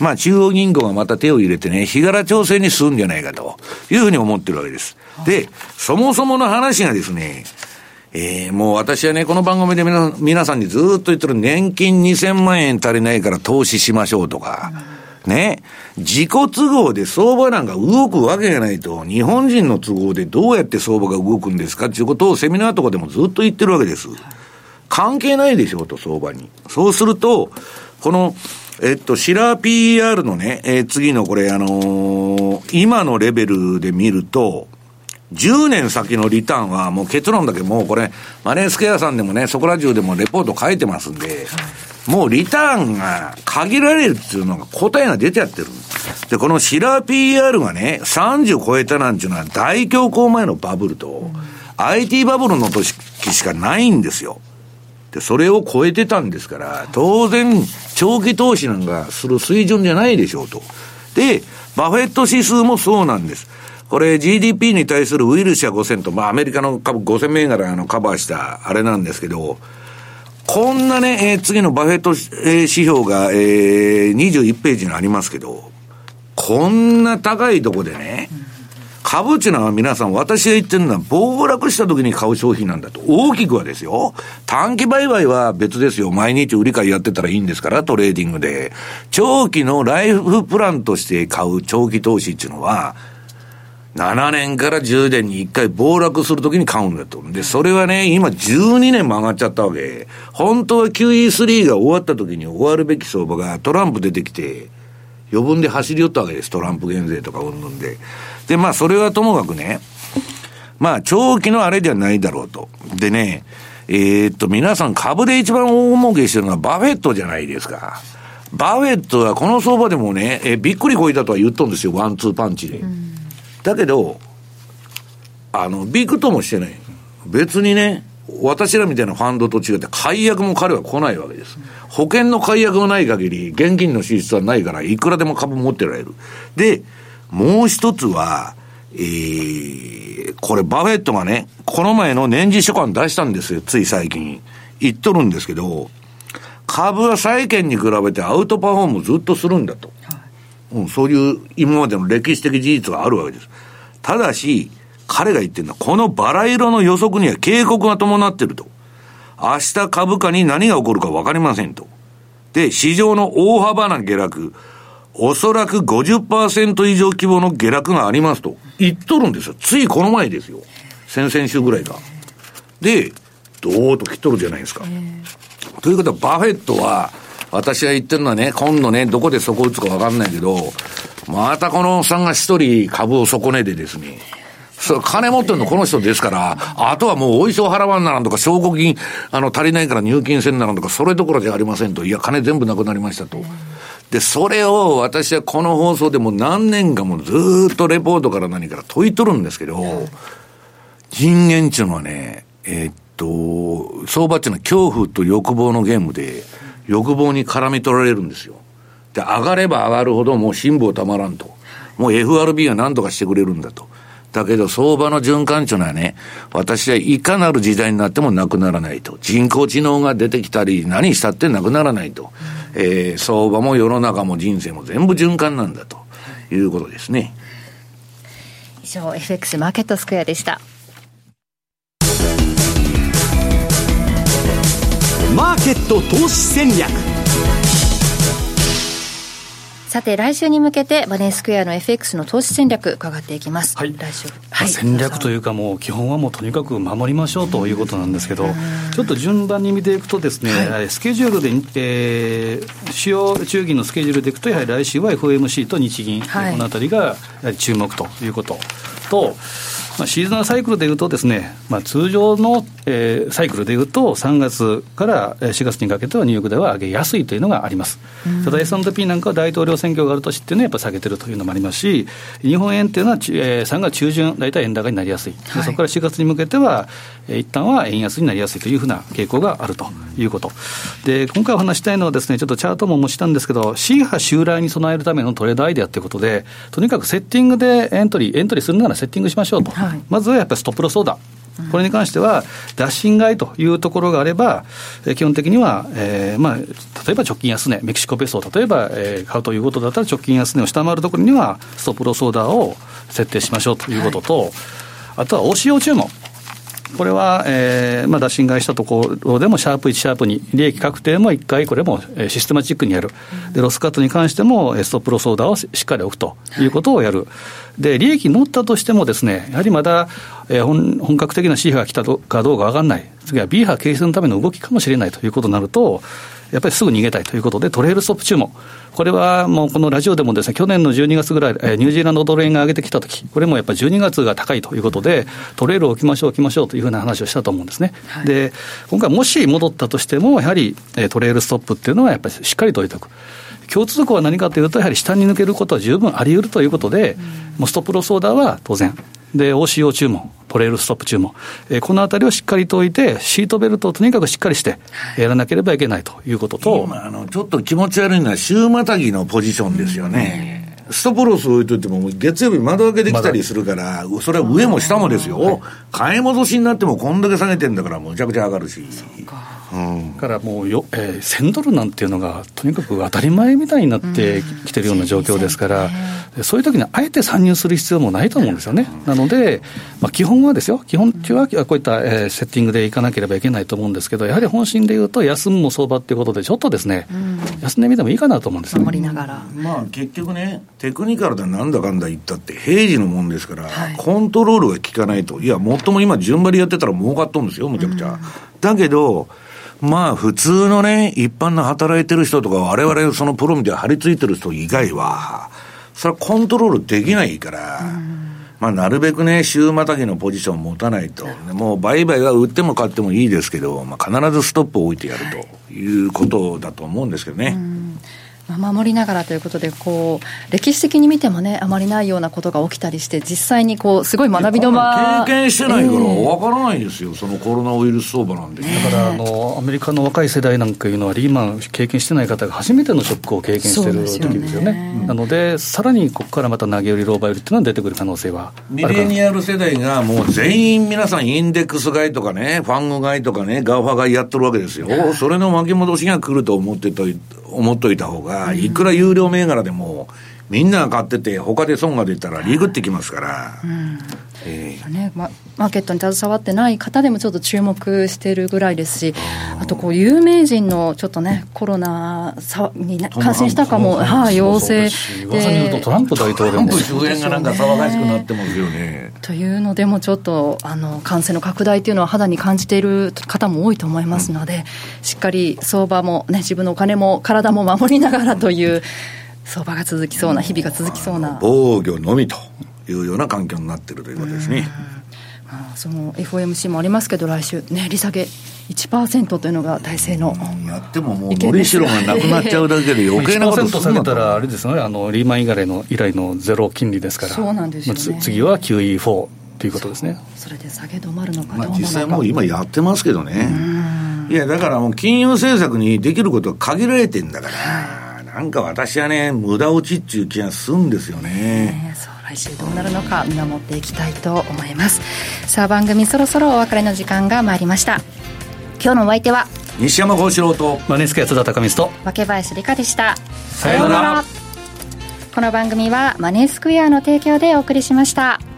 まあ中央銀行がまた手を入れてね、日柄調整に進むんじゃないかというふうに思ってるわけです。で、そもそもの話がですね、えー、もう私はね、この番組で皆、皆さんにずっと言ってる年金にせんまんえん足りないから投資しましょうとか、ね、自己都合で相場なんか動くわけがないと、日本人の都合でどうやって相場が動くんですかっていうことをセミナーとかでもずっと言ってるわけです。関係ないでしょうと、相場に。そうすると、この、えっと、シラー ピーイーアール のね、えー、次のこれ、あのー、今のレベルで見ると、じゅうねん先のリターンはもう結論だけもうこれ、マネースクエアさんでもね、そこら中でもレポート書いてますんで、もうリターンが限られるっていうのが答えが出ちゃってる。で、このシラー ピーイーアール がね、さんじゅう超えたなんていうのは大恐慌前のバブルと、アイティー バブルの時しかないんですよ。で、それを超えてたんですから、当然、長期投資なんかする水準じゃないでしょうと。で、バフェット指数もそうなんです。これ ジーディーピー に対するウィルシャーごせんと、まあアメリカの株ごせん銘柄のカバーしたあれなんですけど、こんなね、えー、次のバフェット、えー、指標が、えー、にじゅういちページにありますけど、こんな高いとこでね、株っていうのは皆さん、私が言ってるのは暴落した時に買う商品なんだと。大きくはですよ。短期売買は別ですよ。毎日売り買いやってたらいいんですから、トレーディングで。長期のライフプランとして買う長期投資っていうのは、ななねんからじゅうねんにいっかい暴落するときに買うんだと。で、それはね、今じゅうにねんも上がっちゃったわけ。本当は キューイースリー が終わったときに終わるべき相場がトランプ出てきて、余分で走り寄ったわけです。トランプ減税とかうんぬんで。で、まあ、それはともかくね、まあ、長期のあれではないだろうと。でね、えー、っと、皆さん株で一番大儲けしてるのはバフェットじゃないですか。バフェットはこの相場でもね、えびっくりこいたとは言っとんですよ。ワンツーパンチで。うん、だけど、あの、びくともしてない。別にね、私らみたいなファンドと違って解約も彼は来ないわけです。保険の解約がない限り現金の支出はないからいくらでも株持ってられる。で、もう一つは、えー、これバフェットがね、この前の年次書簡出したんですよ。つい最近。言っとるんですけど、株は債券に比べてアウトパフォームをずっとするんだと。うん、そういう今までの歴史的事実があるわけです。ただし、彼が言ってるのは、このバラ色の予測には警告が伴ってると。明日株価に何が起こるか分かりませんと。で、市場の大幅な下落、おそらく ごじゅっパーセント 以上規模の下落がありますと言っとるんですよ。ついこの前ですよ。先々週ぐらいか。で、どーっと来とるじゃないですか。ということは、バフェットは、私が言ってるのはね、今度ね、どこで底打つか分かんないけど、またこのおっさんが一人株を底値でですね、それ金持ってるのこの人ですから、あとはもうお衣装払わんならんとか、証拠金、あの、足りないから入金せんならんとか、それどころじゃありませんと。いや、金全部なくなりましたと。で、それを私はこの放送でも何年かもずーっとレポートから何から問いとるんですけど、人間っていうのはね、えー、っと、相場っていうのは恐怖と欲望のゲームで、欲望に絡み取られるんですよ。で、上がれば上がるほどもう辛抱たまらんと。もう エフアールビー が何とかしてくれるんだと。だけど相場の循環っていうのはね、私はいかなる時代になってもなくならないと。人工知能が出てきたり、何したってなくならないと。うん、えー、相場も世の中も人生も全部循環なんだということですね。 以上、エフエックス マーケットスクエアでした。 マーケット投資戦略。 さて来週に向けてマネースクエアの エフエックス の投資戦略伺っていきます。 はい、 来週、 はい、戦略というかもう基本はもうとにかく守りましょうということなんですけど、ちょっと順番に見ていくとですね、はい、スケジュールで、えー、主要中銀のスケジュールでいくとやはり来週は エフオーエムシー と日銀、はい、このあたりがやはり注目ということと、まあ、シーズナルサイクルでいうとですね、まあ、通常の、えー、サイクルでいうとさんがつからしがつにかけてはニューヨークでは上げやすいというのがあります。ただ エスアンドピー なんかは大統領選挙がある年っていうのはやっぱ下げてるというのもありますし、日本円っていうのは、えー、さんがつ中旬大体円高になりやすい、はい、そこからしがつに向けては、えー、一旦は円安になりやすいというふうな傾向があるということで、今回お話したいのはですね、ちょっとチャートもお持ちしたんですけど、シー波襲来に備えるためのトレードアイデアということで、とにかくセッティングでエントリーエントリーするならセッティングしましょうと、はい、まずはやっぱりストップロスオーダーこれに関しては打診買いというところがあれば、え基本的には、えーまあ、例えば直近安値メキシコペソを例えば、えー、買うということだったら直近安値を下回るところにはストップロスオーダーを設定しましょうということと、はい、あとは オーシーオー 注文、これは、えーまあ、打診買いしたところでもシャープいち、シャープに利益確定もいっかいこれもシステマチックにやる、でロスカットに関してもストップロスオーダーをしっかり置くということをやる。で利益乗ったとしてもですね、やはりまだ、えー、本, 本格的な C 波が来たかどうか分からない、次は B 波形成のための動きかもしれないということになると、やっぱりすぐ逃げたいということでトレールストップ注文、これはもうこのラジオでもですね、去年のじゅうにがつぐらい、えー、ニュージーランドドル円が上げてきたとき、これもやっぱりじゅうにがつが高いということでトレールを置きましょう置きましょうというふうな話をしたと思うんですね、はい、で今回もし戻ったとしてもやはり、えー、トレールストップっていうのはやっぱりしっかりと置いておく。共通項は何かというと、やはり下に抜けることは十分あり得るということで、うん、もうストップロスオーダーは当然で オーシーオー 注文、トレールストップ注文、えー、このあたりをしっかりと置いてシートベルトをとにかくしっかりしてやらなければいけないということと、 今あのちょっと気持ち悪いのは週またぎのポジションですよね、うん、ストップロス置いといても月曜日窓開けできたりするから、ま、それは上も下もですよ、はい、買い戻しになってもこんだけ下げてんだからむちゃくちゃ上がるし、そうか、うん、だからもうよ、えー、せんドルなんていうのがとにかく当たり前みたいになってきてるような状況ですから、うん、そういう時にあえて参入する必要もないと思うんですよね、うん、なので、まあ、基本はですよ、基本中はこういった、えー、セッティングでいかなければいけないと思うんですけど、やはり本心でいうと安むも相場っていうことでちょっとですね、うん、安値見てもいいかなと思うんですよね。 守りながら、 まあ、結局ねテクニカルでなんだかんだ言ったって平時のもんですから、はい、コントロールが効かないと、いやもっとも今順張りやってたら儲かっとんですよむちゃくちゃ、うん、だけどまあ普通のね一般の働いてる人とか我々そのプロみたいに張り付いてる人以外はそれはコントロールできないから、うん、まあなるべくね週またぎのポジションを持たないと、うん、もう売買は売っても買ってもいいですけど、まあ、必ずストップを置いてやるということだと思うんですけどね、うん、 まあ、守りながらということでこう歴史的に見てもねあまりないようなことが起きたりして実際にこうすごい学びの場経験してないから分からないですよ、えー、そのコロナウイルス相場なんで、 だからあのアメリカの若い世代なんかいうのはリーマン経験してない方が初めてのショックを経験している時ですよね、うん、なのでさらにここからまた投げ売りローバー売りっていうのは出てくる可能性はある。 ミレニアル世代がもう全員皆さんインデックス買いとかねファング買いとかねガーファ買いやってるわけですよ、それの巻き戻しが来ると思ってと思っといた方が、いくら有料銘柄でもみんなが買ってて他で損が出たらリグってきますから、うんえーね、マ, マーケットに携わってない方でもちょっと注目しているぐらいですし、あとこう有名人のちょっとねコロナに感染したかも、はい、陽性で噂に言うとトランプ大統領もトランプ周辺がなんか騒がしくなってますよねというのでもちょっとあの感染の拡大というのは肌に感じている方も多いと思いますので、うん、しっかり相場も、ね、自分のお金も体も守りながらという相場が続きそうな日々が続きそうな防御のみというような環境になっているということですね。 あその エフオーエムシー もありますけど来週、ね、利下げ いちパーセント というのが体制のやってももうのりしろがなくなっちゃうだけで余計なことするのかいちパーセント下げたらあれですね、あのリーマン以来の以来のゼロ金利ですから、 そうなんですよね、 次は キューイーフォー ということですね。 そ, それで下げ止まるのかどうなのか、 まあ、実際もう今やってますけどね。いやだからもう金融政策にできることは限られてんだから、はい、なんか私はね無駄落ちっていう気がするんですよね、ね、 そう来週どうなるのか見守っていきたいと思います。さあ番組そろそろお別れの時間が参りました。今日のお相手は西山幸四郎とマネースクエア津田隆光と若林理香でした。 さようなら。 この番組はマネースクエアの提供でお送りしました。